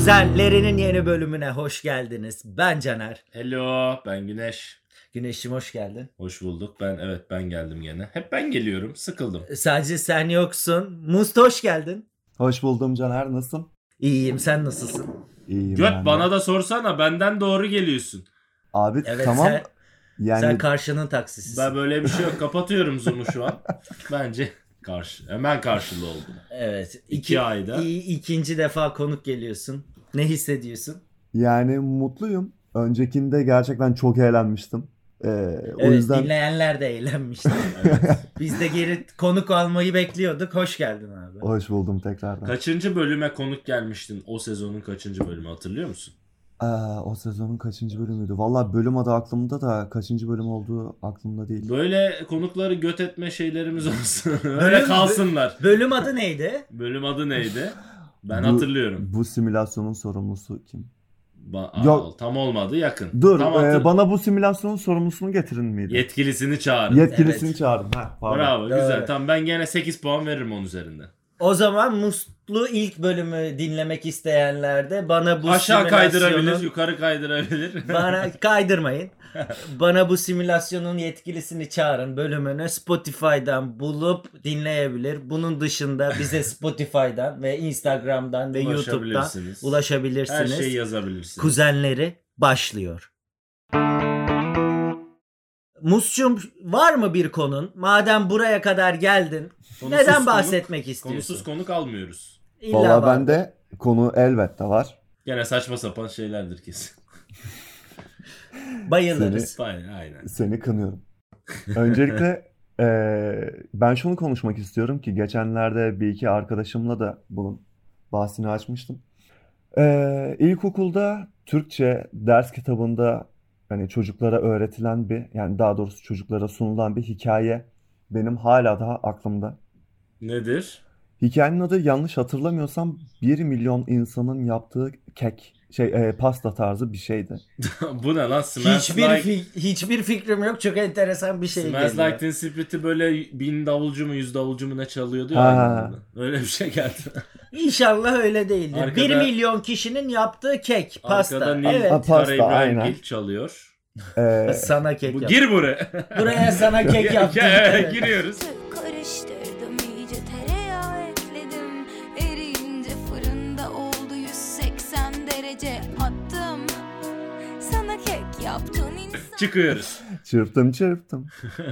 Kuzenlerinin yeni bölümüne hoş geldiniz. Ben Caner. Hello, ben Güneş. Güneş'cim hoş geldin. Hoş bulduk. Ben geldim gene. Hep ben geliyorum. Sıkıldım. Sadece sen yoksun. Musta hoş geldin. Hoş buldum Caner, nasılsın? İyiyim, sen nasılsın? İyiyim Göt ben de. bana da sorsana. Benden doğru geliyorsun. Abi Evet, tamam. sen karşının taksisisin. Ben böyle bir şey yok. Kapatıyorum Zoom'u şu an. Bence hemen karşılığı oldum. Evet. 2 ayda. İkinci defa konuk geliyorsun. Ne hissediyorsun? Yani mutluyum. Öncekinde gerçekten çok eğlenmiştim. O Evet, yüzden dinleyenler de eğlenmişti. Evet. Biz de geri konuk almayı bekliyorduk. Hoş geldin abi. hoş buldum tekrardan. Kaçıncı bölüme konuk gelmiştin? O sezonun kaçıncı bölümü hatırlıyor musun? O sezonun kaçıncı bölümüydü? Valla bölüm adı aklımda da kaçıncı bölüm olduğu aklımda değil. Böyle konukları göt etme şeylerimiz olsun. Öyle kalsınlar. Bölüm adı neydi? Bölüm adı neydi? Ben Bu- hatırlıyorum. Bu simülasyonun sorumlusu kim? Yok. Tam olmadı, yakın. Dur, Tam bana bu simülasyonun sorumlusunu getirin miydi? Yetkilisini çağırın. Yetkilisini Evet. çağırın. Pardon. Bravo, Doğru. güzel. Tamam, ben gene 8 puan veririm onun üzerinden. O zaman Muslu ilk bölümü dinlemek isteyenler de bana bu Aşağı kaydırabilir, simülasyonun... yukarı kaydırabilir. Bana kaydırmayın. Bana bu simülasyonun yetkilisini çağırın bölümünü Spotify'dan bulup dinleyebilir. Bunun dışında bize Spotify'dan ve Instagram'dan ve YouTube'dan Ulaşabilirsiniz. ulaşabilirsiniz. Her şeyi yazabilirsiniz. Kuzenleri başlıyor. Musçum, var mı bir konun? Madem buraya kadar geldin, Konusuz neden bahsetmek istiyorsun? Konusuz konuk almıyoruz. İlla Valla var. bende konu elbette var. Gene saçma sapan şeylerdir kesin. Bayılırız. Aynen. Seni kınıyorum. Öncelikle ben şunu konuşmak istiyorum ki geçenlerde bir iki arkadaşımla da bunun bahsini açmıştım. İlkokulda Türkçe ders kitabında hani çocuklara öğretilen yani daha doğrusu çocuklara sunulan bir hikaye benim hala daha aklımda. Nedir? Hikayenin adı yanlış hatırlamıyorsam 1 milyon insanın yaptığı pasta tarzı bir şeydi. Bu ne lan? Hiçbir fikrim yok. Çok enteresan bir şey Smells geliyor. Like Teen Spirit'i böyle 1000 davulcu mu 100 davulcu mu ne çalıyordu ya. Ha. aynı anda. Öyle bir şey geldi. İnşallah öyle değildir. Arkada- 1 milyon kişinin yaptığı kek, pasta. Arkada Nil Evet. pasta, Kara İbrahim aynen. Gil çalıyor. Sana kek yap. Gir buraya. Buraya sana kek yaptım. Evet. Giriyoruz. Karıştırdım iyice tereyağı ekledim. Eriyince fırında oldu 180 derece attım. Sana kek yaptın insan. Çıkıyoruz. Çırptım.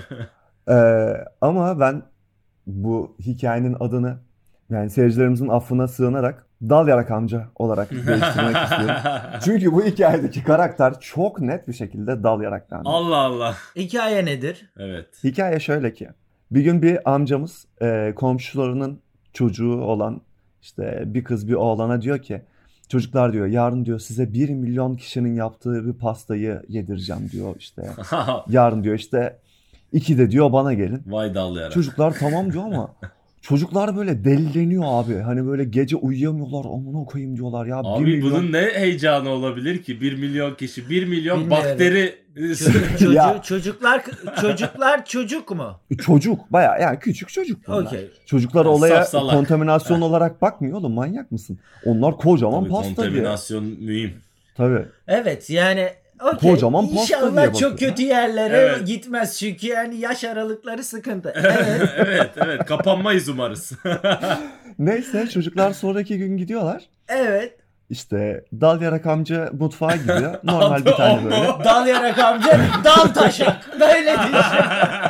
Ama ben bu hikayenin adını yani seyircilerimizin affına sığınarak Dal Yarak Amca olarak değiştirmek istiyorum. Çünkü bu hikayedeki karakter çok net bir şekilde Dal Yarak amca. Allah Allah. Hikaye nedir? Evet. Hikaye şöyle ki bir gün bir amcamız komşularının çocuğu olan işte bir kız bir oğlana diyor ki çocuklar diyor yarın diyor size 1 milyon kişinin yaptığı bir pastayı yedireceğim diyor işte. Yarın diyor işte 2'de diyor bana gelin. Vay dallayarak. Çocuklar tamam diyor ama çocuklar böyle delileniyor abi. Hani böyle gece uyuyamıyorlar amına koyayım diyorlar ya. 1 Abi milyon. bunun ne heyecanı olabilir ki? 1 milyon kişi, 1 milyon Bilmiyorum. bakteri. Ya. Çocuklar çocuk mu? Çocuk baya yani küçük çocuk bunlar. Okey. Çocuklar Yani olaya safsalak. kontaminasyon olarak bakmıyor oğlum manyak mısın? Onlar kocaman Tabii pasta diye. kontaminasyon mühim. Tabii. Evet yani okey. Kocaman pasta diye İnşallah bakıyor. çok kötü yerlere Evet. gitmez çünkü yani yaş aralıkları sıkıntı. Evet. evet. Kapanmayız umarız. Neyse çocuklar sonraki gün gidiyorlar. Evet. İşte Dal Yarak amca mutfağa gidiyor. Normal bir tane böyle. Dal yarak amca dal taşak. Böyle düşün.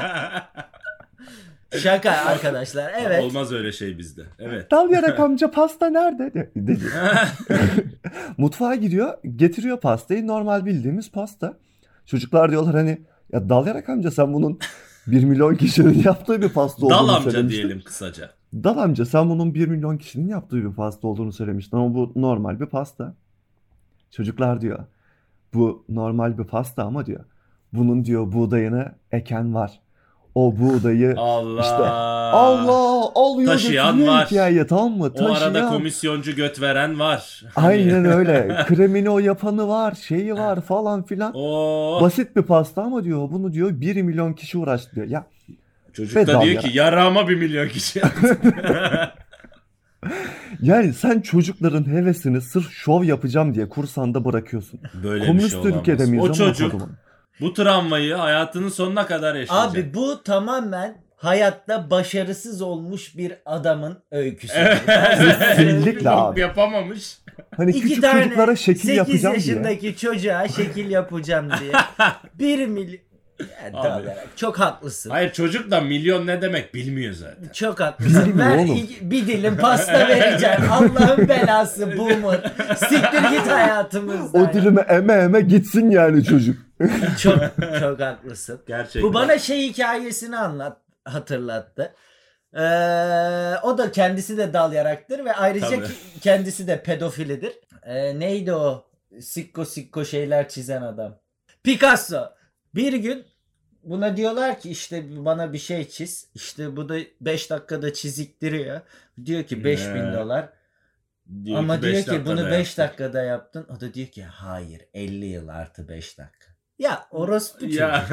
Şaka arkadaşlar. Evet. Olmaz öyle şey bizde. Evet. Dal Yarak amca pasta nerede? Dedi. Mutfağa gidiyor, getiriyor pastayı. Normal bildiğimiz pasta. Çocuklar diyorlar hani ya Dal Yarak amca sen bunun 1 milyon kişinin yaptığı bir pasta olduğunu Dal amca söylemiştin. diyelim kısaca. Dal amca sen bunun 1 milyon kişinin yaptığı bir pasta olduğunu söylemiştin ama bu normal bir pasta. Çocuklar diyor bu normal bir pasta ama diyor bunun diyor buğdayını eken var. O buğdayı Allah. işte Allah alıyor Taşıyan götürüyor var. hikaye tamam mı? O arada Taşıyan. komisyoncu göt veren var. Hani Aynen öyle. Kremini o yapanı var, şeyi var falan filan. Oo. Basit bir pasta ama diyor bunu diyor 1 milyon kişi uğraştı diyor. Ya Çocuk da bedava diyor ki yarağıma 1 milyon kişi yaptı. Yani sen çocukların hevesini sırf şov yapacağım diye kursağında bırakıyorsun. Böyle Komünist bir şey olamaz. ülkede miyiz? O Ama çocuk kodumun. bu travmayı hayatının sonuna kadar yaşayacak. Abi bu tamamen hayatta başarısız olmuş bir adamın öyküsü. Kesinlikle Yok, abi. yapamamış. Hani İki küçük tane çocuklara şekil 8 yapacağım diye. yaşındaki çocuğa şekil yapacağım diye. 1 milyon. Yani Abi. olarak çok haklısın. Hayır, çocuk da milyon ne demek bilmiyor zaten. Çok haklısın. Bilmiyor Ben oğlum. bir dilim pasta vereceğim. Allah'ın belası boomer. Siktir git hayatımızdan. O dilimi eme gitsin yani çocuk. Çok çok haklısın. Gerçekten. Bu bana şey hikayesini hatırlattı. O da kendisi de dal yaraktır ve ayrıca Tabii. kendisi de pedofilidir. Neydi o? Sikko şeyler çizen adam. Picasso. Bir gün buna diyorlar ki işte bana bir şey çiz. İşte bu da 5 dakikada çiziktiriyor. Diyor ki 5000 dolar. Diyor Ama ki diyor beş ki bunu dakikada 5 yaptım. dakikada yaptın. O da diyor ki hayır 50 yıl artı 5 dakika. Ya orospu çocuk. Ya.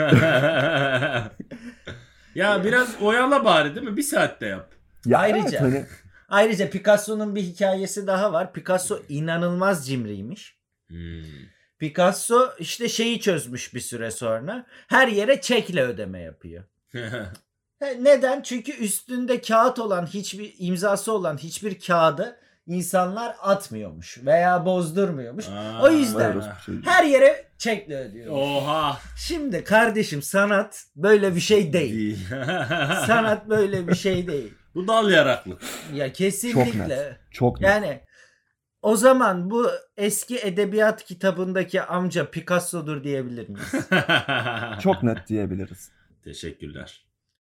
Ya biraz oyala bari değil mi? Bir saatte yap. Ya Ayrıca- evet, hani Ayrıca Picasso'nun bir hikayesi daha var. Picasso inanılmaz cimriymiş. Picasso işte şeyi çözmüş bir süre sonra. Her yere çekle ödeme yapıyor. Neden? Çünkü üstünde kağıt olan hiçbir imzası olan hiçbir kağıdı insanlar atmıyormuş veya bozdurmuyormuş. O yüzden Vay orospu çocuğu. her yere çekle ödüyor. Oha. Şimdi kardeşim sanat böyle bir şey değil. Değil. Sanat böyle bir şey değil. Bu dal yaraklık. Ya Çok kesinlikle. net. Çok net. Yani o zaman bu eski edebiyat kitabındaki amca Picasso'dur diyebilir miyiz? Çok net diyebiliriz. Teşekkürler.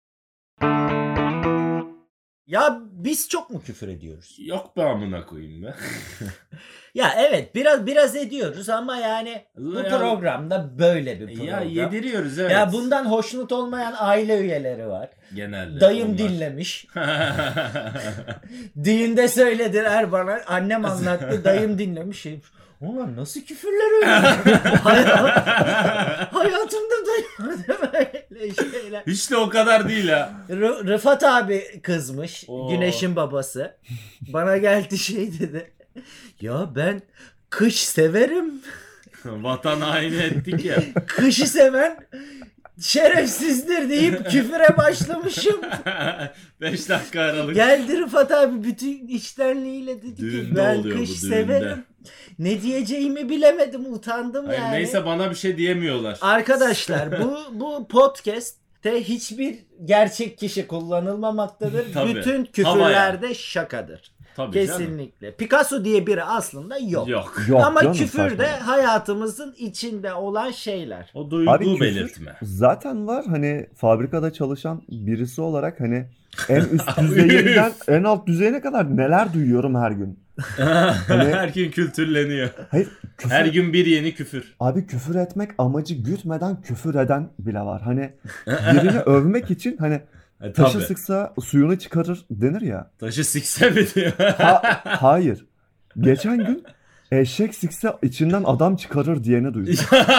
Ya biz çok mu küfür ediyoruz? Yok be amına koyayım be. Ya evet biraz ediyoruz ama yani bu Ya- programda böyle bir program. Ya yediriyoruz evet. Ya bundan hoşnut olmayan aile üyeleri var. genelde. Dayım onlar. dinlemiş. Düğünde söylediler bana. Annem anlattı. Dayım dinlemiş. Ulan nasıl küfürler öyle? Hayatımda duymadım öyle şeyler. Hiç de o kadar değil ha. Rıfat abi kızmış. Oo. Güneş'in babası. Bana geldi şey dedi. Ya ben kış severim. Vatan haini ettik ya. Kışı seven şerefsizdir deyip küfüre başlamışım. 5 dakika aralık. Geldi Rıfat abi bütün içtenliğiyle dedi ki Düğünde ben oluyor kış bu, düğünde. severim. Ne diyeceğimi bilemedim, utandım Hayır, yani. neyse bana bir şey diyemiyorlar. Arkadaşlar bu podcast'te hiçbir gerçek kişi kullanılmamaktadır. Tabii. Bütün küfürlerde şakadır. Tabii canım. Kesinlikle. Picasso diye biri aslında yok. Yok. Yok Ama canım, küfür de saçma. hayatımızın içinde olan şeyler. O duygu Abi küfür belirtme. zaten var, hani fabrikada çalışan birisi olarak hani en üst düzeyinden en alt düzeyine kadar neler duyuyorum her gün. Her gün kültürleniyor. Hayır, küfür, Her gün bir yeni küfür. abi küfür etmek amacı gütmeden küfür eden bile var. Hani birini övmek için hani taşı Tabii. sıksa suyunu çıkarır denir ya. Taşı sikse mi diyor. Hayır. Geçen gün eşek sikse içinden adam çıkarır diyeni duydum.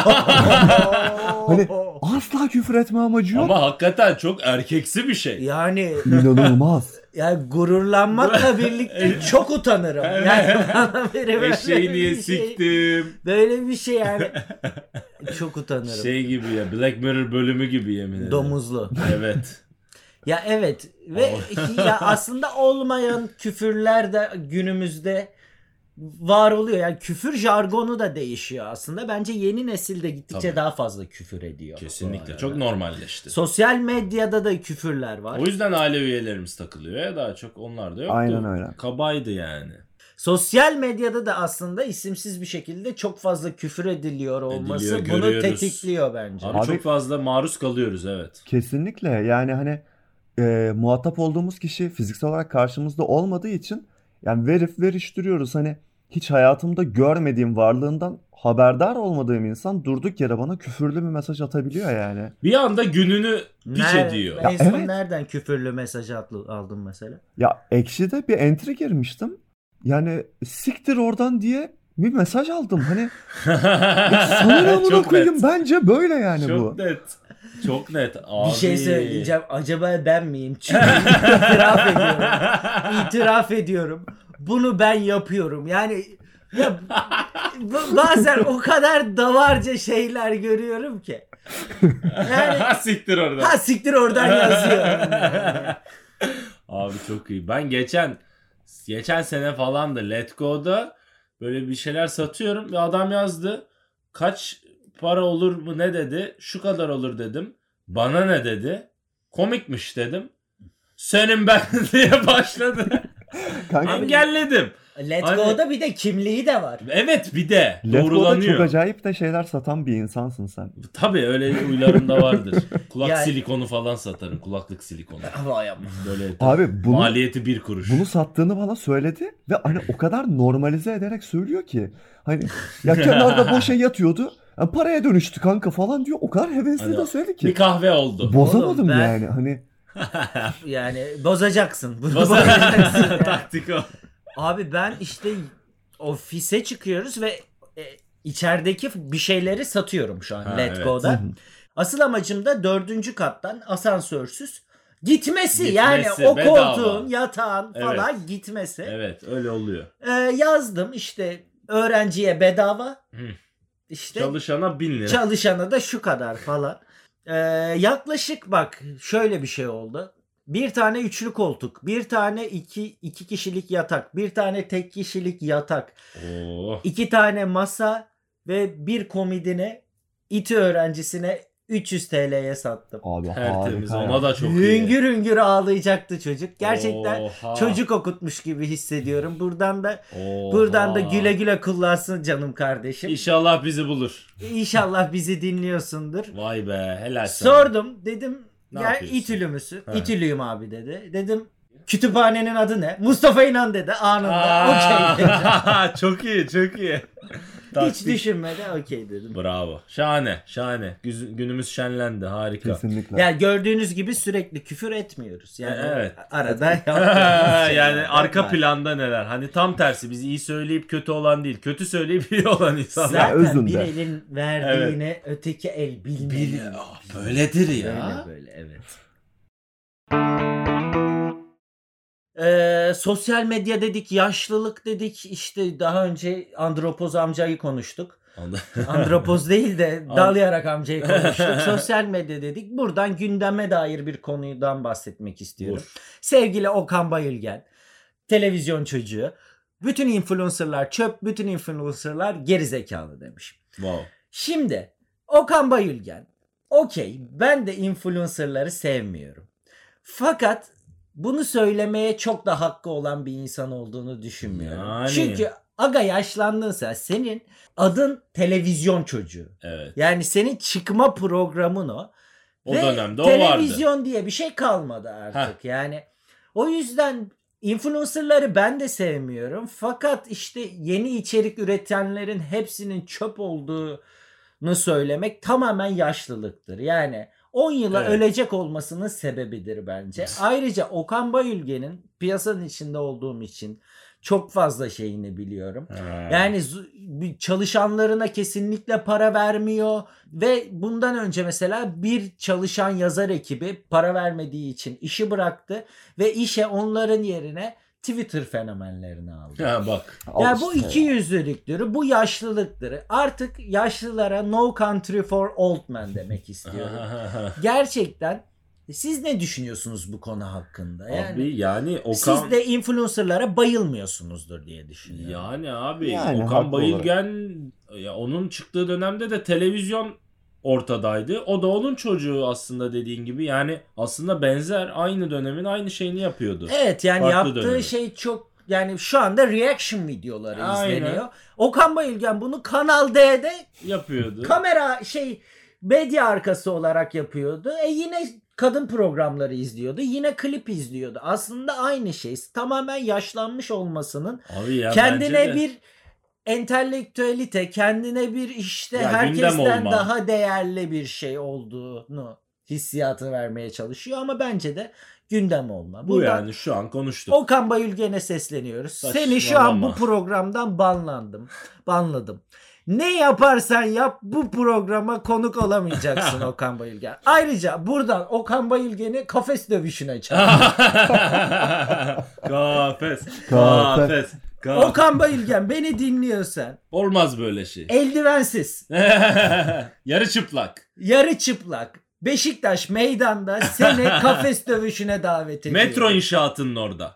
Hani asla küfür etme amacı yok. Ama hakikaten çok erkeksi bir şey. Yani İnanılmaz. gururlanmakla birlikte çok utanırım. Yani bana biri böyle Eşeği bir niye şey- siktim? Böyle bir şey yani. Çok utanırım. Şey gibi ya, Black Mirror bölümü gibi yemin ederim. Domuzlu. Evet. Ya evet ve ya aslında olmayan küfürler de günümüzde var oluyor. Yani küfür jargonu da değişiyor aslında. Bence yeni nesilde gittikçe Tabii. daha fazla küfür ediyor. Kesinlikle. Çok normalleşti. Sosyal medyada da küfürler var. O yüzden aile üyelerimiz takılıyor ya, daha çok onlar da yoktu. Aynen öyle. Kabaydı yani. Sosyal medyada da aslında isimsiz bir şekilde çok fazla küfür ediliyor olması Ediliyor, bunu görüyoruz. tetikliyor bence. Abi, Abi- çok fazla maruz kalıyoruz evet. Kesinlikle, yani hani muhatap olduğumuz kişi fiziksel olarak karşımızda olmadığı için yani veriştiriyoruz. Hani hiç hayatımda görmediğim, varlığından haberdar olmadığım insan durduk yere bana küfürlü bir mesaj atabiliyor yani. Bir anda gününü piç ediyor. En son evet. nereden küfürlü mesaj aldın mesela? Ya Ekşi'de bir entry girmiştim. Yani siktir oradan diye bir mesaj aldım. Hani sana ne amına Çok koyayım, net. bence böyle yani Çok bu. net. Çok net. Abi. Bir şey söyleyeceğim. Acaba ben miyim? Çünkü itiraf ediyorum. İtiraf ediyorum. Bunu ben yapıyorum. Yani ya, bazen o kadar davarca şeyler görüyorum ki. Yani Siktir orada. ha siktir oradan yazıyorum. Yani. Abi çok iyi. Ben geçen sene falan da Let Go'da böyle bir şeyler satıyorum ve adam yazdı. Kaç para olur mu ne dedi? Şu kadar olur dedim. Bana ne dedi? Komikmiş dedim. Senin ben diye başladı. Kanka Engelledim. Let's Hani- Go'da bir de kimliği de var. Evet bir de Let's Go'da doğrulanıyor. çok acayip de şeyler satan bir insansın sen. Tabii öyle huylarım da vardır. Kulak Yani- silikonu falan satarım. Kulaklık silikonu. Vay amma. Böyle Abi bunu maliyeti 1 kuruş. bunu sattığını bana söyledi ve hani o kadar normalize ederek söylüyor ki hani ya kenarda boşa yatıyordu. Yani paraya dönüştü kanka falan diyor. O kadar hevesli Hani de söyledi bir ki. kahve oldu. Bozamadım Oğlum ben- yani hani. Yani bozacaksın. Bunu bozacaksın yani. Taktik o. Abi ben işte ofise çıkıyoruz ve içerideki bir şeyleri satıyorum şu an Ha, Let's evet. Go'da. Asıl amacım da 4. kattan asansörsüz gitmesi. Yani o bedava. koltuğun, yatağın Evet. falan gitmesi. Evet öyle oluyor. Yazdım işte öğrenciye bedava. Hı. İşte Çalışana 1000 lira. çalışana da şu kadar falan. Yaklaşık bak şöyle bir şey oldu. Bir tane üçlü koltuk, bir tane iki kişilik yatak, bir tane tek kişilik yatak, Oo. 2 tane masa ve bir komodine İTÜ öğrencisine 300 TL'ye sattım. Abi Tertemiz. harika. Ona da çok iyi. Hüngür hüngür ağlayacaktı çocuk. Gerçekten Oha. çocuk okutmuş gibi hissediyorum. Buradan da Oha. güle güle kullansın canım kardeşim. İnşallah bizi bulur. İnşallah bizi dinliyorsundur. Vay be helal sana. Sordum dedim Ne ya yapıyorsun? İTÜ'lü müsün? He. İTÜ'lüyüm abi dedi. Dedim kütüphanenin adı ne? Mustafa İnan dedi anında. Aa, Okey dedi. çok iyi çok iyi. Hiç Taktik. düşünmeden okey dedim. Bravo. Şahane şahane. Günümüz şenlendi harika. Kesinlikle. Yani gördüğünüz gibi sürekli küfür etmiyoruz. Yani Evet. arada yaptığımız şeyler Yani arka var. planda neler? Hani tam tersi biz iyi söyleyip kötü olan değil. Kötü söyleyip iyi olan insanlar. Zaten özünde. bir elin verdiğini öteki el bilmeli. Böyledir ya. Böyle evet. Sosyal medya dedik, yaşlılık dedik. İşte daha önce Andropoz amcayı konuştuk. Andropoz değil de dalayarak amcayı konuştuk. Sosyal medya dedik. Buradan gündeme dair bir konudan bahsetmek istiyorum. Sevgili Okan Bayülgen, televizyon çocuğu. Bütün influencerlar çöp, bütün influencerlar gerizekalı demiş. Wow. Şimdi Okan Bayülgen, okey ben de influencerları sevmiyorum. Fakat bunu söylemeye çok da hakkı olan bir insan olduğunu düşünmüyorum. Yani. Çünkü aga yaşlandınsa senin adın televizyon çocuğu. Evet. Yani senin çıkma programın o. O Ve dönemde o vardı. televizyon diye bir şey kalmadı artık. Yani o yüzden influencerları ben de sevmiyorum. Fakat işte yeni içerik üretenlerin hepsinin çöp olduğunu söylemek tamamen yaşlılıktır. Yani 10 yıla Evet. ölecek olmasının sebebidir bence. Ayrıca Okan Bayülgen'in piyasanın içinde olduğum için çok fazla şeyini biliyorum. Yani çalışanlarına kesinlikle para vermiyor ve bundan önce mesela bir çalışan yazar ekibi para vermediği için işi bıraktı ve işe onların yerine Twitter fenomenlerini aldı. Ha, bak. Yani bu ikiyüzlülüktür, bu yaşlılıktır. Artık yaşlılara no country for old men demek istiyorum. Gerçekten siz ne düşünüyorsunuz bu konu hakkında? Yani Abi yani Okan siz de influencerlara bayılmıyorsunuzdur diye düşünüyorum. yani abi Yani Okan haklı Bayülgen ya onun çıktığı dönemde de televizyon ortadaydı. O da onun çocuğu aslında dediğin gibi. Yani aslında benzer aynı dönemin aynı şeyini yapıyordu. Evet yani Farklı yaptığı dönemi. şey çok yani şu anda reaction videoları Aynen. izleniyor. Okan Bayülgen bunu Kanal D'de Yapıyordu. kamera medya arkası olarak yapıyordu. Yine kadın programları izliyordu. Yine klip izliyordu. Aslında aynı şey. Tamamen yaşlanmış olmasının Abi ya kendine bence de. bir entelektüelite, kendine bir işte Ya gündem herkesten olma. daha değerli bir şey olduğunu hissiyatı vermeye çalışıyor ama bence de gündem olma. Bu Buradan yani şu an konuştuk. Okan Bayülgen'e sesleniyoruz. Saçmalama. Seni şu an bu programdan banladım. Ne yaparsan yap bu programa konuk olamayacaksın Okan Bayülgen. Ayrıca buradan Okan Bayülgen'i kafes dövüşüne çağır. Kafes. Okan Bayülgen beni dinliyorsan Olmaz böyle şey. eldivensiz, Yarı çıplak. yarı çıplak Beşiktaş meydanda seni kafes dövüşüne davet ediyorum. Metro inşaatının orada.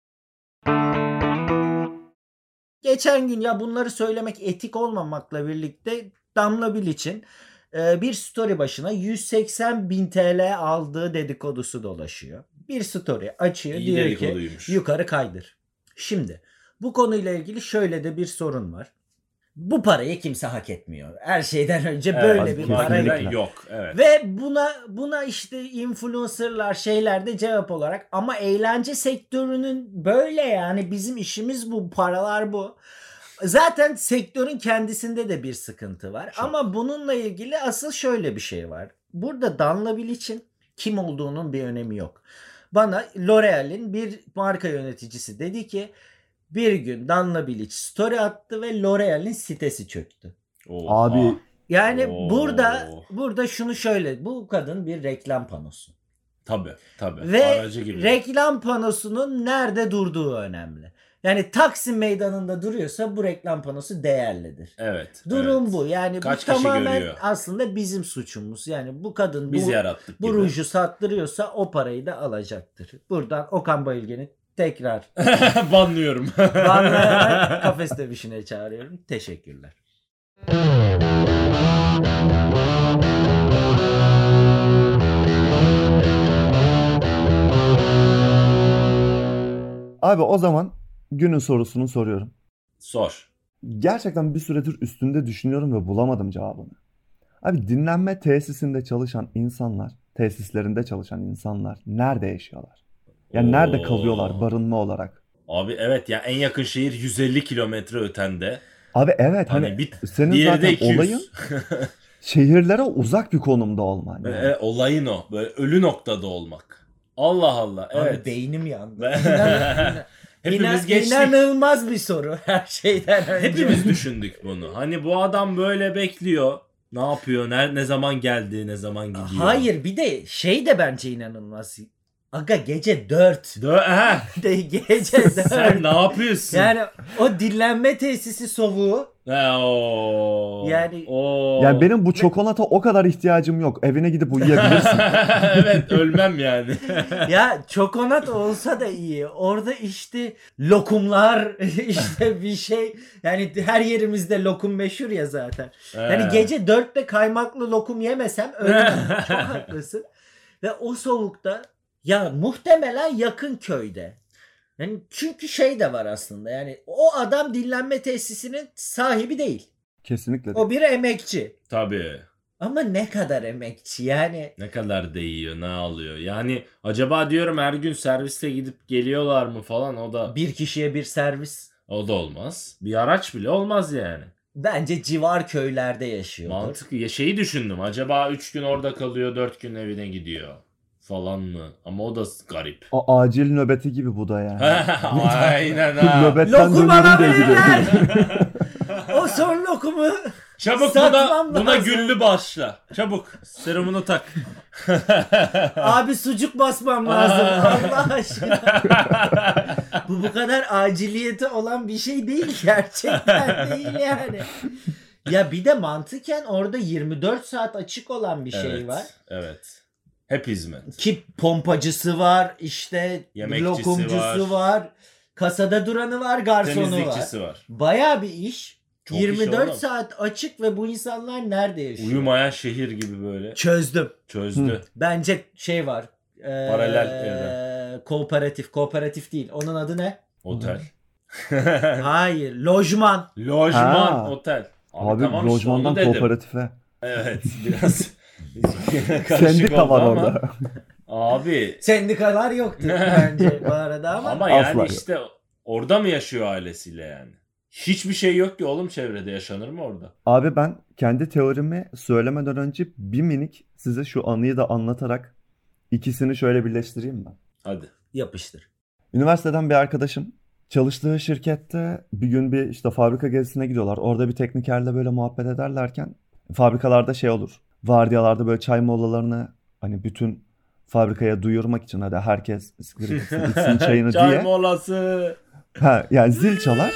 Geçen gün ya bunları söylemek etik olmamakla birlikte Damla Bilic'in bir story başına 180.000 TL aldığı dedikodusu dolaşıyor. Bir story açıyor İyi diyor ki dedikoduymuş. yukarı kaydır. Şimdi bu konuyla ilgili şöyle de bir sorun var. Bu parayı kimse hak etmiyor. Her şeyden önce böyle Evet, bir bu para hakikaten yok. yok. Evet. Ve buna işte influencerlar şeyler de cevap olarak ama eğlence sektörünün böyle yani bizim işimiz bu, paralar bu. Zaten sektörün kendisinde de bir sıkıntı var. Çok. Ama bununla ilgili asıl şöyle bir şey var. Burada Danla Bilic'in kim olduğunun bir önemi yok. Bana L'Oreal'in bir marka yöneticisi dedi ki bir gün Danla Bilic story attı ve L'Oreal'in sitesi çöktü. Oha. Abi Yani Oo. burada şunu şöyle, bu kadın bir reklam panosu. Tabii. Ve Aracı gibi. reklam panosunun nerede durduğu önemli. Yani Taksim Meydanı'nda duruyorsa bu reklam panosu değerlidir. Evet. Durum evet. bu. Yani Kaç bu kişi tamamen görüyor? aslında bizim suçumuz. Yani bu kadın Biz bu yarattık gibi. ruju sattırıyorsa o parayı da alacaktır. Buradan Okan Bayülgen'i tekrar Banlıyorum. banlayarak kafes dövüşüne çağırıyorum. Teşekkürler. Abi o zaman günün sorusunu soruyorum. Sor. Gerçekten bir süredir üstünde düşünüyorum ve bulamadım cevabını. Abi dinlenme tesislerinde çalışan insanlar nerede yaşıyorlar? Yani nerede Oo. kalıyorlar barınma olarak? Abi evet ya en yakın şehir 150 kilometre ötende. Abi evet Hani hani bir senin diğeri de zaten 200. olayın şehirlere uzak bir konumda olman. Yani. Olayın o. Böyle ölü noktada olmak. Allah Allah. Evet. Abi beynim yandı. Hepimiz geçtik. İnanılmaz bir soru her şeyden önce. Hepimiz düşündük bunu. Hani bu adam böyle bekliyor. Ne yapıyor? Ne zaman geldi? Ne zaman gidiyor? Hayır bir de şey de bence inanılmaz. Aga gece 4. Gece 4. Sen ne yapıyorsun? Yani o dinlenme tesisi soğuğu. Yani Yani benim bu çikolata o kadar ihtiyacım yok. Evine gidip uyuyabilirsin. evet ölmem yani. Ya çokonat olsa da iyi. Orada işte lokumlar işte bir şey. Yani her yerimizde lokum meşhur ya zaten. Yani gece 4'te kaymaklı lokum yemesem ölmem. Çok haklısın. Ve o soğukta ya muhtemelen yakın köyde. Yani çünkü şey de var aslında. Yani o adam dinlenme tesisinin sahibi değil. Kesinlikle. O bir emekçi. Tabii. Ama ne kadar emekçi yani. Ne kadar değiyor, ne alıyor. Yani acaba diyorum her gün serviste gidip geliyorlar mı falan o da Bir kişiye bir servis. o da olmaz. Bir araç bile olmaz yani. Bence civar köylerde yaşıyordur. Mantıklı. Şeyi düşündüm. Acaba 3 gün orada kalıyor, 4 gün evine gidiyor falan mı? Ama o da garip. Acil nöbeti gibi bu da yani. Aynen ha. Nöbetten Lokum dönüyorum diye alabilirler. gidiyor. O son lokumu Çabuk satmam buna lazım. güllü başla. Çabuk serumunu tak. Abi sucuk basmam lazım. Allah aşkına. Bu kadar aciliyeti olan bir şey değil. Gerçekten değil yani. Ya bir de mantıken orada 24 saat açık olan bir şey var. Evet. Hep hizmet. Ki pompacısı var, işte Yemekçisi lokumcusu var, kasada duranı var, garsonu var. Temizlikçisi var. Bayağı bir iş. Çok iş 24 oğlum. saat açık ve bu insanlar nerede yaşıyor? Uyumayan şehir gibi böyle. Çözdüm. Çözdü. Bence şey var. Paralel evren. Kooperatif değil. Onun adı ne? Otel. Hayır, lojman. Lojman Ha. otel. Abi tamam işte, lojmandan onu dedim. kooperatife. Evet biraz karışık Sendika oldu var ama. orada. Abi Sendikalar yoktu bence bu arada ama. ama Asla yani yok. işte orada mı yaşıyor ailesiyle yani? Hiçbir şey yok ki oğlum çevrede, yaşanır mı orada? Abi ben kendi teorimi söylemeden önce bir minik size şu anıyı da anlatarak ikisini şöyle birleştireyim ben. Hadi. Yapıştır. Üniversiteden bir arkadaşım Çalıştığı şirkette bir gün bir işte fabrika gezisine gidiyorlar. Orada bir teknikerle böyle muhabbet ederlerken fabrikalarda şey olur. Vardiyalarda böyle çay molalarını hani bütün fabrikaya duyurmak için hadi herkes içsin çayını Çay diye. molası. Ha, yani zil çalar.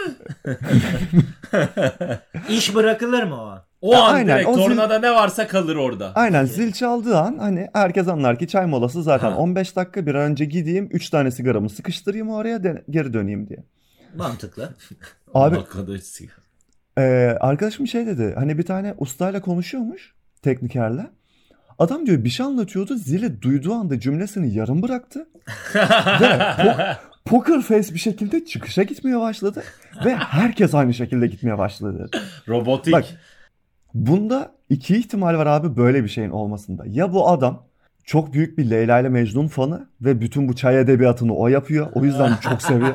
İş bırakılır mı o an? O an Aynen, direkt o zil- tornada ne varsa kalır orada. Aynen zil çaldığı an hani herkes anlar ki çay molası zaten Ha. 15 dakika bir an önce gideyim 3 tane sigaramı sıkıştırayım oraya geri döneyim diye. Mantıklı. Abi Arkadaş sigara. arkadaşım şey dedi hani bir tane ustayla konuşuyormuş teknikerle. Adam diyor bir şey anlatıyordu zili duyduğu anda cümlesini yarım bıraktı. Ve poker face bir şekilde çıkışa gitmeye başladı. Ve herkes aynı şekilde gitmeye başladı. Robotik. Bak bunda iki ihtimal var abi böyle bir şeyin olmasında. Ya bu adam çok büyük bir Leyla ile Mecnun fanı ve bütün bu çay edebiyatını o yapıyor. O yüzden çok seviyor.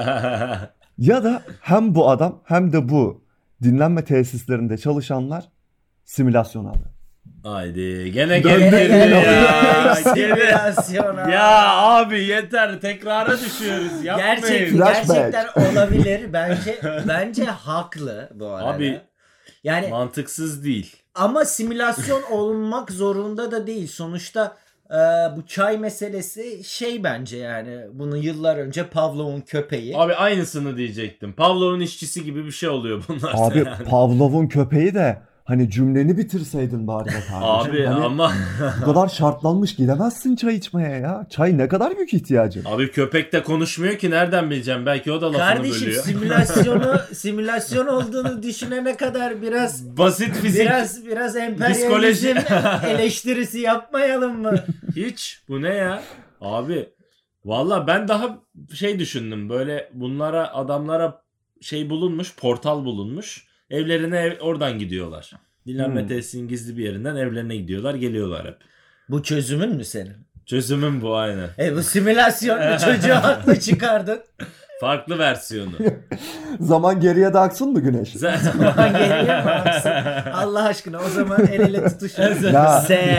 Ya da hem bu adam hem de bu dinlenme tesislerinde çalışanlar simülasyon abi. Haydi gene Döndük gene yine. ya. Gene. Simülasyon. Ya abi yeter tekrara düşüyoruz. Yapmayın. Flashback. Gerçekten olabilir. Bence haklı bu arada. Abi yani mantıksız değil. ama simülasyon olmak zorunda da değil. Sonuçta bu çay meselesi şey bence yani. Bunu yıllar önce Pavlov'un köpeği. Abi aynısını diyecektim. Pavlov'un işçisi gibi bir şey oluyor bunlar. Abi yani. Pavlov'un köpeği de hani cümleni bitirseydin bari be kardeşim. Abi Hani ama bu kadar şartlanmış gidemezsin çay içmeye ya. Çay ne kadar büyük ihtiyacın. abi köpek de konuşmuyor ki nereden bileceğim? Belki o da lafını Kardeşim bölüyor. simülasyon olduğunu düşünene kadar biraz Basit fizik. biraz emperyalizm Psikoloji. eleştirisi yapmayalım mı? Hiç. Bu ne ya? Abi valla ben daha şey düşündüm. Böyle bunlara adamlara şey bulunmuş. Portal bulunmuş. Evlerine oradan gidiyorlar. Dinlenme tesisinin gizli bir yerinden evlerine gidiyorlar. Geliyorlar hep. Bu çözümün mü senin? Çözümüm bu aynen. Bu simülasyon bu çocuğu haklı çıkardın. Farklı versiyonu. Zaman geriye de aksın mı güneş? Zaman geliyor mu aksın? Allah aşkına o zaman el ele tutuşun. Ya.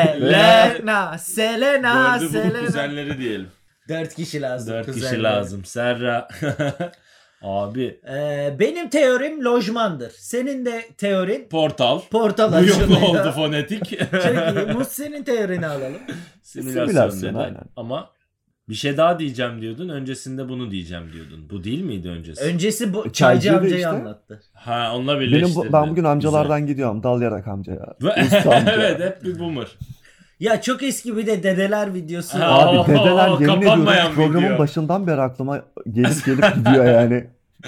Selena. Dördü bulup kuzenleri diyelim. 4 kişi lazım. 4 kişi kuzenler. lazım. Serra. Abi. Benim teorim lojmandır. Senin de teorin Portal. portal Bu yok açılıyor. oldu fonetik. Çok iyi. Mus senin teorini alalım. Simülasyon dedi. aynen. Ama bir şey daha diyeceğim diyordun. Öncesinde bunu diyeceğim diyordun. Bu değil miydi öncesi? Öncesi bu Çaycı çaycı amcayı işte. anlattı. Ha onunla Ben birleştirdin. bugün amcalardan gidiyorum. Dal yarak amcaya. Usta amca. Evet hep bir boomer. Ya çok eski bir de dedeler videosu. Ha, var. Abi dedeler yemin kapanmayan ediyorum programın video. başından beri aklıma gelip gidiyor yani.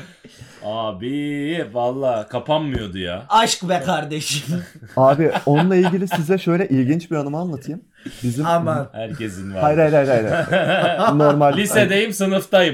Abi valla kapanmıyordu ya. Aşk be kardeşim. Abi onunla ilgili size şöyle ilginç bir anımı anlatayım. Bizim Aman. Herkesin var. hayır. Normal. Lisedeyim sınıftayım.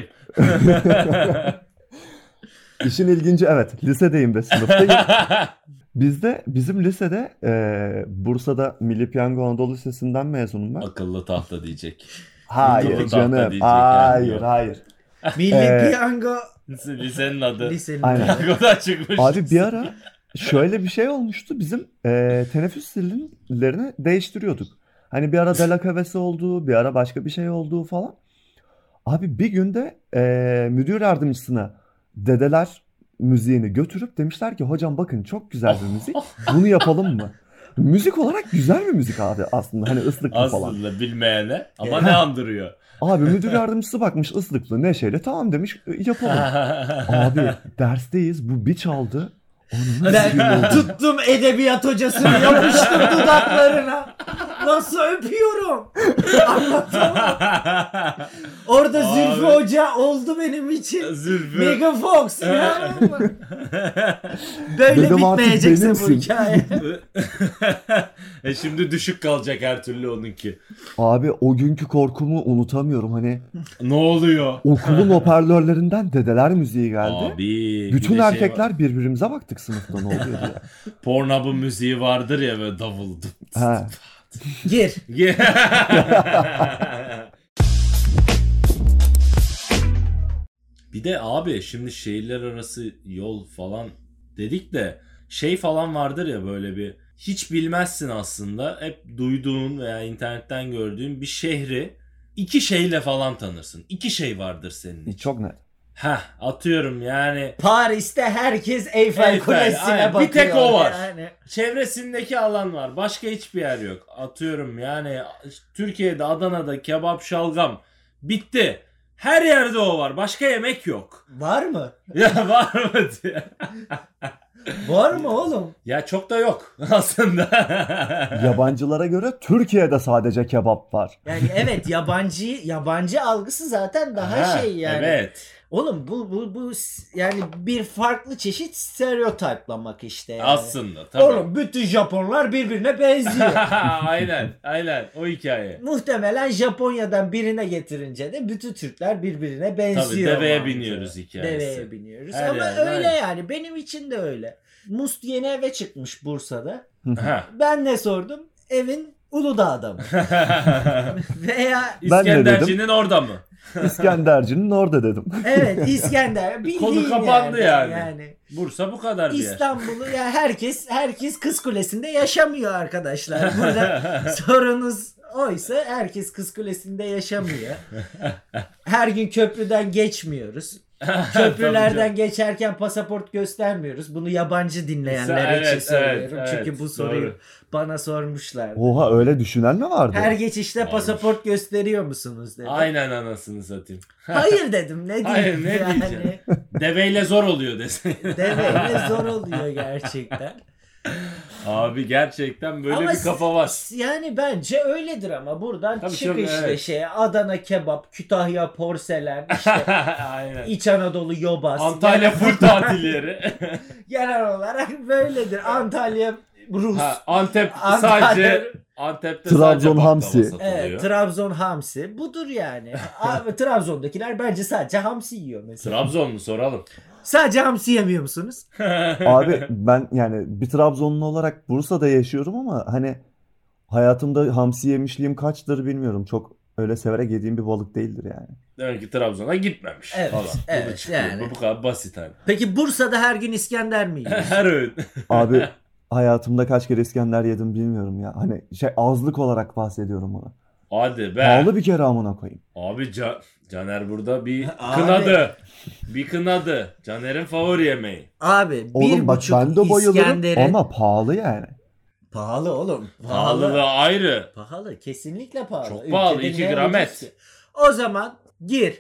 İşin ilginci evet lisedeyim ve sınıftayım. Bizim lisede Bursa'da Milli Piyango Anadolu Lisesi'nden mezunum ben. Akıllı tahta diyecek. Hayır Akıllı tahta canım. diyecek yani, yok. Hayır. Milli Piyango Lisenin adı. lisenin. Aynen. Piyangodan çıkmış. Abi bir ara şöyle bir şey olmuştu. Bizim teneffüs zillerini değiştiriyorduk. Hani bir ara Delak hevesi olduğu, bir ara başka bir şey olduğu falan. Abi bir günde müdür yardımcısına dedeler müziğini götürüp demişler ki hocam bakın çok güzel bir müzik. Bunu yapalım mı? Müzik olarak güzel bir müzik abi aslında. Hani ıslıklı falan. Aslında bilmeyene ama ne andırıyor? Abi müdür yardımcısı bakmış ıslıklı neşeyle tamam demiş yapalım. Abi dersteyiz bu bir çaldı. Onun Ben tuttum edebiyat hocasını yapıştım dudaklarına. Nasıl öpüyorum? Anlatamam. Orada Zülfü Abi. Hoca oldu benim için. Zülfü. Mega Fox. inanır mısın? Böyle Dedim artık bitmeyecekse bu benimsin. hikaye. Şimdi düşük kalacak her türlü onunki. Abi o günkü korkumu unutamıyorum. Hani Ne oluyor? okulun hoparlörlerinden dedeler müziği geldi. Abi. bir Bütün de şey erkekler var. birbirimize baktık sınıfta ne oluyor diye. Pornhub'un müziği vardır ya böyle davul. Ha. Gir. Bir de abi şimdi şehirler arası yol falan dedik de şey falan vardır ya böyle bir hiç bilmezsin aslında hep duyduğun veya internetten gördüğün bir şehri iki şeyle falan tanırsın. İki şey vardır senin için. Çok net. Atıyorum yani. Paris'te herkes Eyfel Eyfel, Kulesi'ne aynen. bakıyor. Bir tek o var. Yani. Çevresindeki alan var. Başka hiçbir yer yok. Atıyorum yani Türkiye'de Adana'da kebap şalgam bitti. Her yerde o var. Başka yemek yok. Var mı? Ya var mı diye. Var mı oğlum? Ya çok da yok aslında. Yabancılara göre Türkiye'de sadece kebap var. Yani evet, yabancı algısı zaten daha Ha, şey yani. Evet. Oğlum bu yani bir farklı çeşit stereotiplamak işte yani. Aslında tabii. Oğlum bütün Japonlar birbirine benziyor. Aynen o hikaye. Muhtemelen Japonya'dan birine getirince de bütün Türkler birbirine benziyor. Tabii deveye mantığı. biniyoruz hikayesi. Deveye biniyoruz. Her Ama yerde, öyle aynen. yani. Benim için de öyle. Must yeni eve çıkmış Bursa'da. Ha. Ben ne sordum? Evin Uludağ'da mı? Veya Ben ne dedim? İskenderci'nin orada mı? İskenderci'nin orada dedim. evet İskender. Bildiğin Konu kapandı yani. yani. Bursa bu kadar bir yer. İstanbul'u ya herkes Kız Kulesi'nde yaşamıyor arkadaşlar. Burada sorunuz oysa herkes Kız Kulesi'nde yaşamıyor. Her gün köprüden geçmiyoruz. Köprülerden geçerken pasaport göstermiyoruz. Bunu yabancı dinleyenler Evet, için söylüyorum. evet, Çünkü evet, bu soruyu doğru. bana sormuşlar. Oha, öyle düşünen mi vardı? Her geçişte Varmış. pasaport gösteriyor musunuz dedi. Aynen anasını satayım. Hayır dedim, ne diyeyim Hayır, ne yani. diyeceğim? Deveyle zor oluyor desin. Deveyle zor oluyor gerçekten. Abi gerçekten böyle Ama bir kafa var. Yani bence öyledir ama buradan Tabii çık çok, işte evet. Adana kebap, Kütahya porselen, işte Aynen. İç Anadolu yobaz. Antalya full tatil yeri. Genel olarak böyledir. Antalya Rus. Antep Antalya- sadece Antep'te Trabzon sadece baklava hamsi. satılıyor. Evet, Trabzon hamsi. Budur yani. Abi, Trabzon'dakiler bence sadece hamsi yiyor mesela. Trabzon mu soralım? Sadece hamsi yemiyor musunuz? Abi ben yani bir Trabzonlu olarak Bursa'da yaşıyorum ama hani hayatımda hamsi yemişliğim kaçtır bilmiyorum. Çok öyle severek yediğim bir balık değildir yani. Demek ki Trabzon'a gitmemiş Evet, falan. evet, Bu da çıkıyor. yani. Bu kadar basit hani. Peki Bursa'da her gün İskender mi yiyorsun? Her öğün. Abi hayatımda kaç kere İskender yedim bilmiyorum ya. Hani azlık olarak bahsediyorum bunu. Hadi be. Pahalı bir kere amına koyayım. Abi Caner burada bir Abi. kınadı. Bir kınadı. Caner'in favori yemeği. Abi Oğlum bir bak buçuk ben de bayılırım İskender'in... ama pahalı yani. Pahalı oğlum. Pahalılığı ayrı. Pahalı. Kesinlikle pahalı. Çok pahalı, Ülkede 2 ne gram ucuz et. ki? O zaman gir.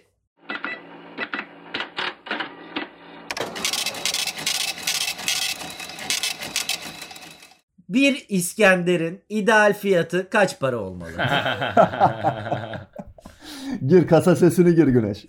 Bir İskender'in ideal fiyatı kaç para olmalı? Gir kasa sesini gir Güneş.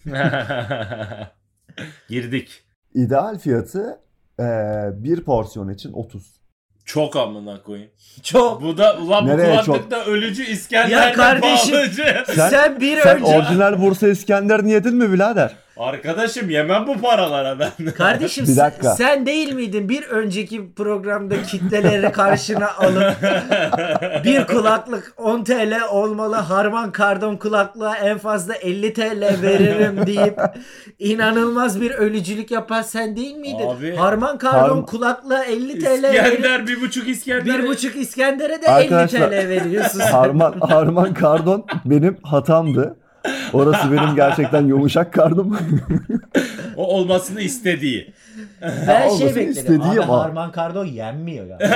Girdik. İdeal fiyatı bir porsiyon için 30. Çok amına koyayım. Çok. Bu da ulan bu Nereye kulaklıkta ölücü Ya İskender'le kardeşim. bağlıcı. Sen bir Sen önce... orijinal Bursa İskender'ini yedin mi birader? Arkadaşım yemem bu paralara ben. Kardeşim Bir dakika. sen değil miydin bir önceki programda kitleleri karşına alıp bir kulaklık 10 TL olmalı, Harman Kardon kulaklığa en fazla 50 TL veririm deyip inanılmaz bir ölücülük yapan sen değil miydin? Abi. Harman Kardon kulaklığa 50 TL verip İskender 1,5 İskender. 1,5 Arkadaşlar, İskender'e de 50 TL veriyorsun. Harman Kardon benim hatamdı. Orası benim gerçekten yumuşak karnım. O olmasını istediği. Ben şey olmasını bekledim. istediğim Abi ama. Harman Kardon yenmiyor ya.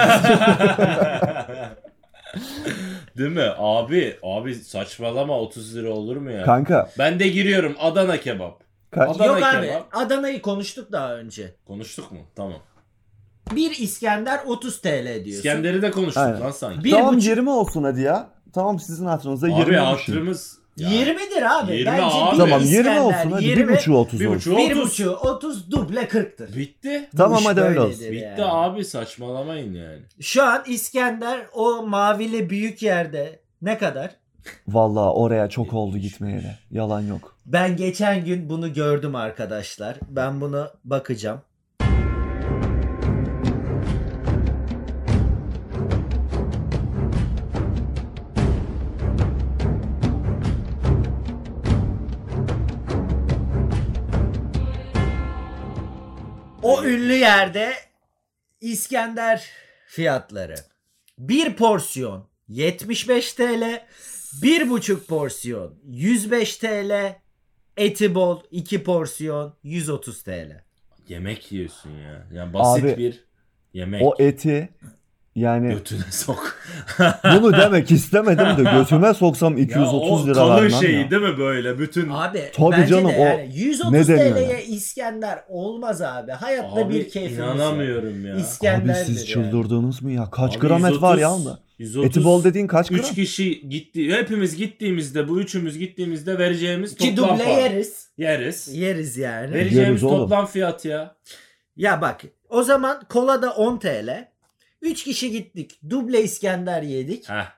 Değil mi? Abi saçmalama 30 lira olur mu ya? Kanka Ben de giriyorum Adana kebap. kaç? Adana Yok abi, kebap. Adana'yı konuştuk daha önce. Konuştuk mu? Tamam. Bir İskender 30 TL diyorsun. İskender'i de konuştuk Aynen. lan sanki. Bir Tamam buçuk- 20 olsun hadi ya. Tamam sizin hatırınıza 20 Abi düşün. hatırımız. Ya, 20'dir abi. 20 Bence abi. bir Tamam İskender 20 olsun hadi 20, 1,5 30 1,5 olsun. 30. 1,5 30 duble 40'tır. Bitti. Tamam Bu iş hadi öyle böyledir olsun. Bitti yani. abi saçmalamayın yani. Şu an İskender o mavili büyük yerde ne kadar? Vallahi oraya çok oldu gitmeyeli. Yalan yok. Ben geçen gün bunu gördüm arkadaşlar. Ben bunu bakacağım. O ünlü yerde İskender fiyatları. Bir porsiyon 75 TL, 1,5 porsiyon 105 TL, Eti bol 2 porsiyon 130 TL. Yemek yiyorsun ya. Yani basit Abi, bir yemek. O eti yani Götüne sok. bunu demek istemedim de götüme soksam 230 ya lira o kalın vermem şeyi ya. değil mi böyle? Bütün Abi Tabii bence canım, de o yani 130 ne deniyor TL'ye ya? İskender olmaz abi. Hayatta abi bir keyfimiz var. inanamıyorum ya. Abi İskender'dir siz yani. çıldırdınız mı ya? Kaç Abi gram et var ya 130, onda? 130, Eti bol dediğin kaç gram? 3 kişi gitti. Hepimiz gittiğimizde, bu üçümüz gittiğimizde vereceğimiz Ki toplam duble para. yeriz. Yeriz. Yeriz yani. Vereceğimiz Yeriz oğlum. toplam fiyat ya. Ya bak o zaman kola da 10 TL. 3 kişi gittik. Duble İskender yedik. Heh.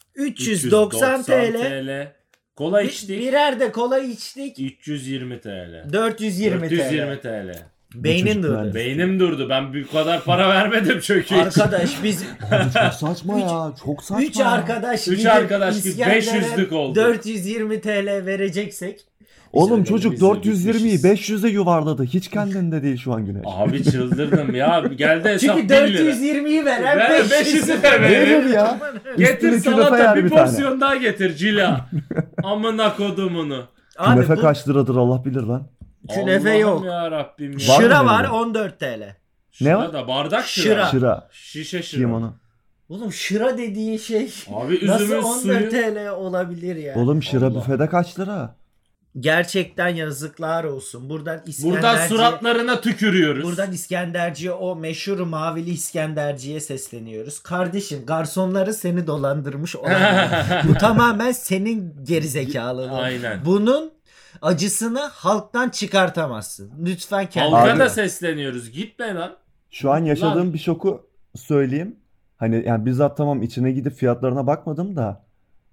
390 TL. Kola içtik. Birer de kola içtik. 320 TL. 420 420 TL. TL. Beynin çocuk durdu. mühendis. Beynim durdu. Ben bu kadar para vermedim çünkü hiç. Arkadaş biz Abi çok saçma ya. Çok saçma 3 ya. arkadaş Üç gidip arkadaş gidip İskender'e 500'lük oldu. 420 TL vereceksek Oğlum Biz çocuk öyle 420'yi gitmişiz. 500'e yuvarladı. Hiç kendinde değil şu an Güneş. Abi çıldırdım ya. Geldi hesap çünkü 1 lira. 420'yi veren Ver 500'ü de Verir verir. ya. Getir Üstüne künefe salata yer bir bir tane. porsiyon daha getir cila. Amına kodumunu. Abi Künefe bu kaç liradır Allah bilir lan. künefe Allah'ım yok. ya Rabbim ya. Var Şıra mı var öyle? 14 TL. Ne var? Şıra da bardak şıra. Şıra. Şıra. Şişe şıra. Kim onu? Oğlum şıra dediğin şey Abi nasıl üzümün 14 suyu. TL olabilir ya? Oğlum şıra Allah. büfede kaç lira? Gerçekten yazıklar olsun. Buradan Buradan İskenderci suratlarına tükürüyoruz. Buradan İskenderci o meşhur mavili İskenderciye sesleniyoruz. Kardeşim garsonları seni dolandırmış olabilir. Bu tamamen senin gerizekalılığın. Aynen. Bunun acısını halktan çıkartamazsın. Lütfen kendine. Halka Abi. da sesleniyoruz. Gitme lan. Şu an yaşadığım Lan. bir şoku söyleyeyim. Hani yani bizzat tamam içine gidip fiyatlarına bakmadım da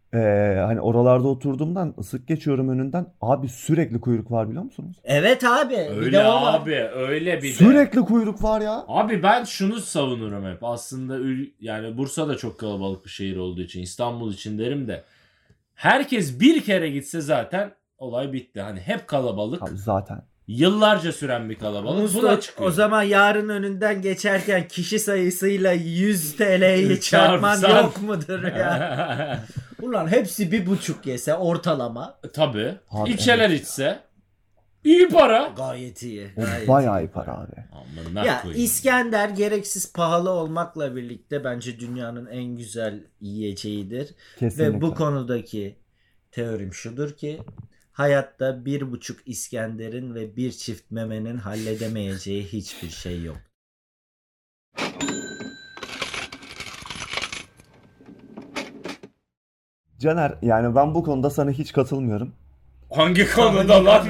hani oralarda oturduğumdan sık geçiyorum önünden. Abi sürekli kuyruk var biliyor musunuz? Evet abi. bir de Öyle o var. abi. Öyle bir de. Sürekli kuyruk var ya. Abi ben şunu savunurum hep. Aslında yani Bursa da çok kalabalık bir şehir olduğu için, İstanbul için derim de. Herkes bir kere gitse zaten olay bitti. Hani hep kalabalık. Abi zaten. Yıllarca süren bir kalabalık. Mustafa, Buna çıkıyor. o zaman yarın önünden geçerken kişi sayısıyla 100 TL'yi çarpman Çarpsan. yok mudur ya? Ulan hepsi 1,5 yese ortalama. Tabii. Abi, İlçeler evet. içse iyi para. Gayet iyi. O Gayet bayağı iyi para abi. Amına Ya koyayım. İskender gereksiz pahalı olmakla birlikte bence dünyanın en güzel yiyeceğidir. Kesinlikle. Ve bu konudaki teorim şudur ki hayatta 1,5 İskender'in ve bir çift memenin halledemeyeceği hiçbir şey yok. Caner yani ben bu konuda sana hiç katılmıyorum. Hangi konuda lan?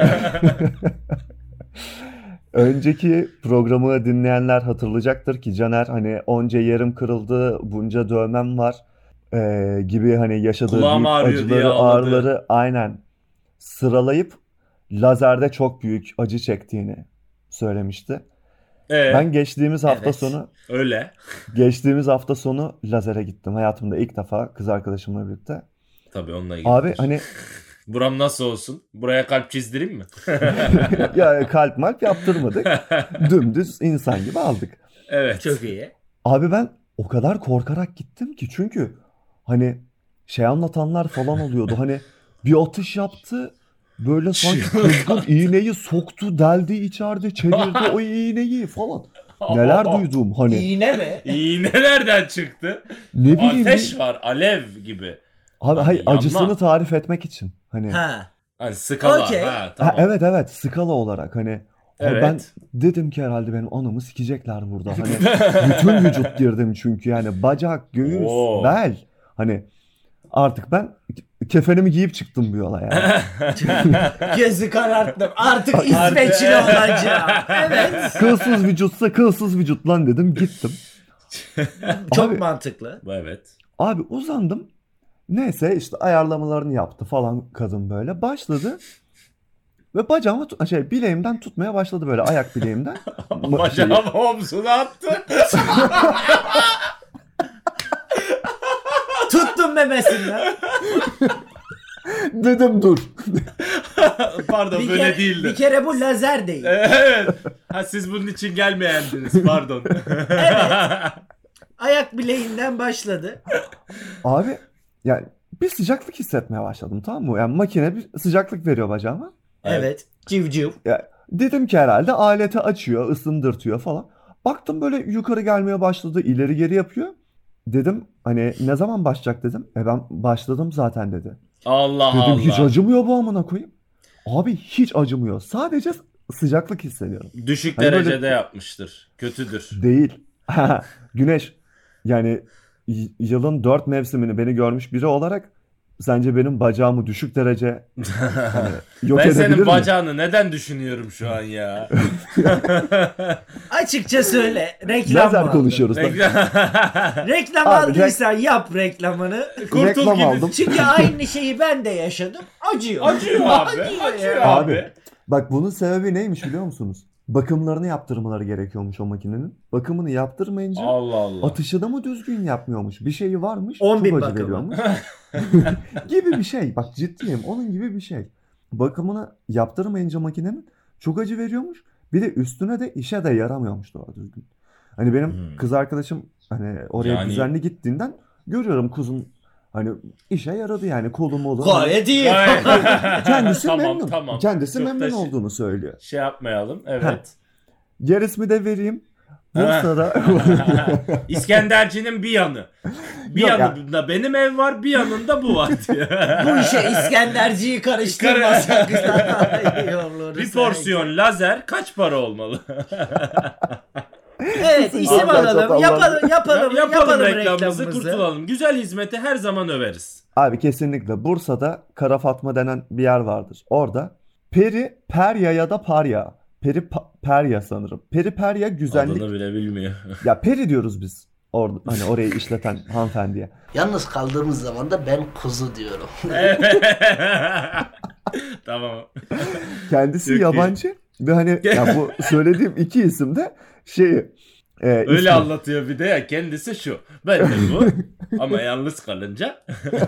Önceki programı dinleyenler hatırlayacaktır ki Caner hani onca yerim kırıldı, bunca dövmem var gibi hani yaşadığı Kulağım büyük ağrıyor diye acıları, ağladı. ağrıları aynen sıralayıp lazerde çok büyük acı çektiğini söylemişti. Ben geçtiğimiz hafta Evet. sonu Öyle. lazere gittim. Hayatımda ilk defa kız arkadaşımla birlikte. Tabii onunla ilgili. Abi hani Buram nasıl olsun? Buraya kalp çizdireyim mi? ya kalp malp yaptırmadık. Dümdüz insan gibi aldık. Evet. Çok iyi. Abi ben o kadar korkarak gittim ki çünkü hani şey anlatanlar falan oluyordu. Hani bir atış yaptı. Böyle sanki kızgın iğneyi soktu, deldi içeride, çevirdi o iğneyi falan. Neler duydum hani. İğne mi? İğne nereden çıktı? Ne bileyim. Ateş var, alev gibi. Abi hayır Yanma. acısını tarif etmek için. Hani. Ha. Hani skala. Okey. Ha, tamam. Ha, evet skala olarak hani. Abi Evet. ben dedim ki herhalde benim anamı sikecekler burada. Hani bütün vücut girdim çünkü yani bacak, göğüs, Oo. bel. Hani artık ben kefenimi giyip çıktım bu yola yani. Gözü kararttım. Artık İsveçli olacağım. Evet. Kılsız vücutsa kılsız vücut lan dedim gittim. Çok Abi- mantıklı. Evet. Abi uzandım. Neyse işte ayarlamalarını yaptı falan kadın böyle. Başladı. Ve bacağımı bileğimden tutmaya başladı böyle ayak bileğimden. Bacağımı omzuna attı. Tuttum memesinden. Dedim dur. Pardon Bir böyle kere, değildi. bir kere bu lazer değil. Evet. Ha siz bunun için gelmeyendiniz. Pardon. Ayak bileğinden başladı. Abi yani bir sıcaklık hissetmeye başladım tamam mı? Yani makine bir sıcaklık veriyor bacağıma. Evet. Civciv. Ya, dedim ki herhalde aleti açıyor, ısındırtıyor falan. Baktım böyle yukarı gelmeye başladı, ileri geri yapıyor. Dedim hani ne zaman başlayacak dedim. Ben başladım zaten dedi. Allah Dedim hiç Allah. acımıyor bu amına koyayım. Abi hiç acımıyor. Sadece sıcaklık hissediyorum. Düşük Hani böyle- derecede yapmıştır. Kötüdür. Değil. Güneş. Yani yılın 4 mevsimini beni görmüş biri olarak sence benim bacağımı düşük derece hani yok Ben edebilir senin mi? bacağını neden düşünüyorum şu an ya? Açıkça söyle. Reklam Lazer mı aldın? konuşuyoruz. tabii. Reklam Abi, aldıysan yap reklamını. Kurtul Reklam gidin. aldım. Çünkü aynı şeyi ben de yaşadım. Acıyor. Acıyor abi. Acıyor ya. Abi bak bunun sebebi neymiş biliyor musunuz? Bakımlarını yaptırmaları gerekiyormuş o makinenin. Bakımını yaptırmayınca Allah Allah. atışını mı düzgün yapmıyormuş? Bir şeyi varmış. 10.000 çok acı bakımı. veriyormuş. Gibi bir şey. Bak ciddiyim. Onun gibi bir şey. Bakımını yaptırmayınca makinenin çok acı veriyormuş. Bir de üstüne de işe de yaramıyormuş doğru düzgün. Hani benim kız arkadaşım hani oraya Yani- düzenli gittiğinden görüyorum kuzun hani işe yaradı yani kolu molu. Gayet iyi. Kendisi Tamam, memnun. tamam. Kendisi Çok memnun da şey- olduğunu söylüyor. Şey yapmayalım. Evet. Gerisini de vereyim. Bursa'da İskenderci'nin bir yanı. Bir Yok ya. yanında benim ev var, bir yanında bu var diyor. Bu işe İskenderci'yi karıştırmasak iyi olur. Bir porsiyon lazer kaç para olmalı? Evet isim Allah alalım. Allah. Yapalım reklamımızı, kurtulalım. Güzel hizmeti her zaman överiz. Abi kesinlikle Bursa'da Kara Fatma denen bir yer vardır. Orada Perya ya da Parya. Perya sanırım. Perya güzellik. Adını bile bilmiyor. Ya peri diyoruz biz. Orada hani orayı işleten hanımefendiye. Yalnız kaldığımız zaman da ben kuzu diyorum. Tamam. Kendisi Çok iyi. yabancı ve hani ya bu söylediğim iki isim de Öyle ismi. anlatıyor bir de ya, kendisi şu. Ben de bu. Ama yalnız kalınca.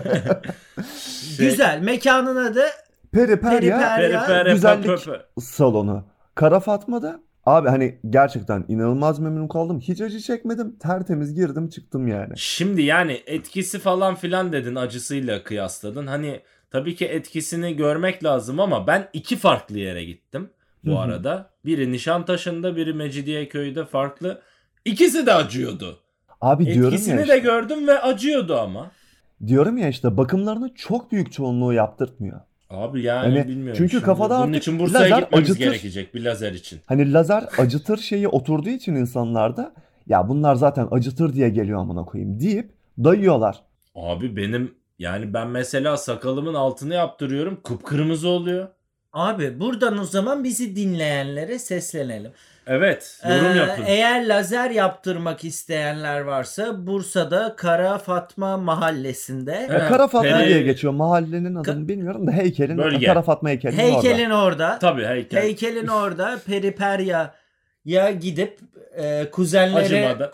Güzel. Mekanın adı Perya Perya. güzellik salonu. Kara Fatma'da abi hani gerçekten inanılmaz memnun kaldım. Hiç acı çekmedim. Tertemiz girdim çıktım yani. Şimdi yani etkisi falan filan dedin, acısıyla kıyasladın. Hani tabii ki etkisini görmek lazım ama ben iki farklı yere gittim bu Hı hı. arada. Biri Nişantaşı'nda, biri Mecidiyeköy'de farklı. İkisi de acıyordu. Abi diyorum ya Etkisini işte, de gördüm ve acıyordu ama. diyorum ya işte bakımlarını çok büyük çoğunluğu yaptırtmıyor. Abi yani Hani bilmiyorum. çünkü Şimdi kafada bunun artık için Bursa'ya lazer gitmemiz acıtır. gerekecek bir lazer için. Hani lazer acıtır şeyi oturduğu için insanlarda ya bunlar zaten acıtır diye geliyor amına koyayım deyip dayıyorlar. Abi benim yani ben mesela sakalımın altını yaptırıyorum, kıpkırmızı oluyor. Abi buradan o zaman bizi dinleyenlere seslenelim. Evet, yorum yapın. Eğer lazer yaptırmak isteyenler varsa Bursa'da Kara Fatma mahallesinde Evet. Kara Fatma Peri- diye geçiyor. Mahallenin adını bilmiyorum da heykelin Bölge. Kara Fatma heykelinin orada. heykelin orada. Tabii heykel. Heykelin orada Periperya'ya gidip kuzenlere Acımadı.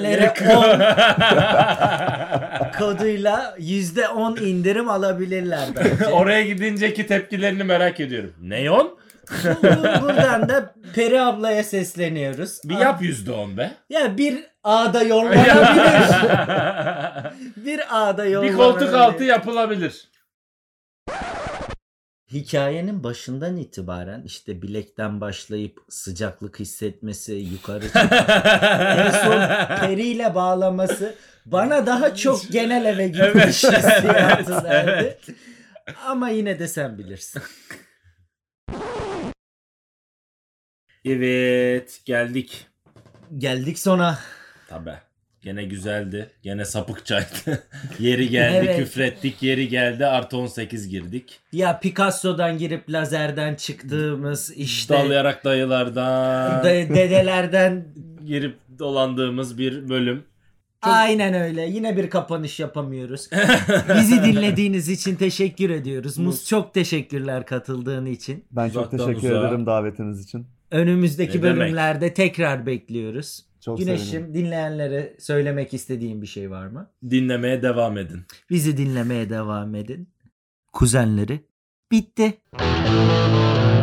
10 koduyla %10 indirim alabilirler bence. Oraya gidinceki tepkilerini merak ediyorum. Neon? Buradan da Peri ablaya sesleniyoruz. Bir yap %10 be. Ya bir A'da yollanabilir. Bir A'da Bir yollanabilir. koltuk altı yapılabilir. Hikayenin başından itibaren işte bilekten başlayıp sıcaklık hissetmesi, yukarı çıkması, en son periyle bağlaması bana daha çok genel eve gitmiş Evet. hissiyatı Evet, verdi. evet. Ama yine de sen bilirsin. Evet, geldik. Geldik sona. Tabii. Gene güzeldi. Gene sapıkçaydı. Yeri geldi, Evet. küfrettik. Yeri geldi, artı 18 girdik. Ya Picasso'dan girip lazerden çıktığımız işte Dalayarak dayılardan dedelerden girip dolandığımız bir bölüm. aynen öyle. Yine bir kapanış yapamıyoruz. Bizi dinlediğiniz için teşekkür ediyoruz. Mus çok teşekkürler katıldığın için. Ben çok Uzaktan teşekkür uzağa. ederim davetiniz için. Önümüzdeki Ne demek? bölümlerde tekrar bekliyoruz. Çok Güneş'im sevinirim. dinleyenlere söylemek istediğin bir şey var mı? Dinlemeye devam edin. Bizi dinlemeye devam edin. Kuzenleri bitti.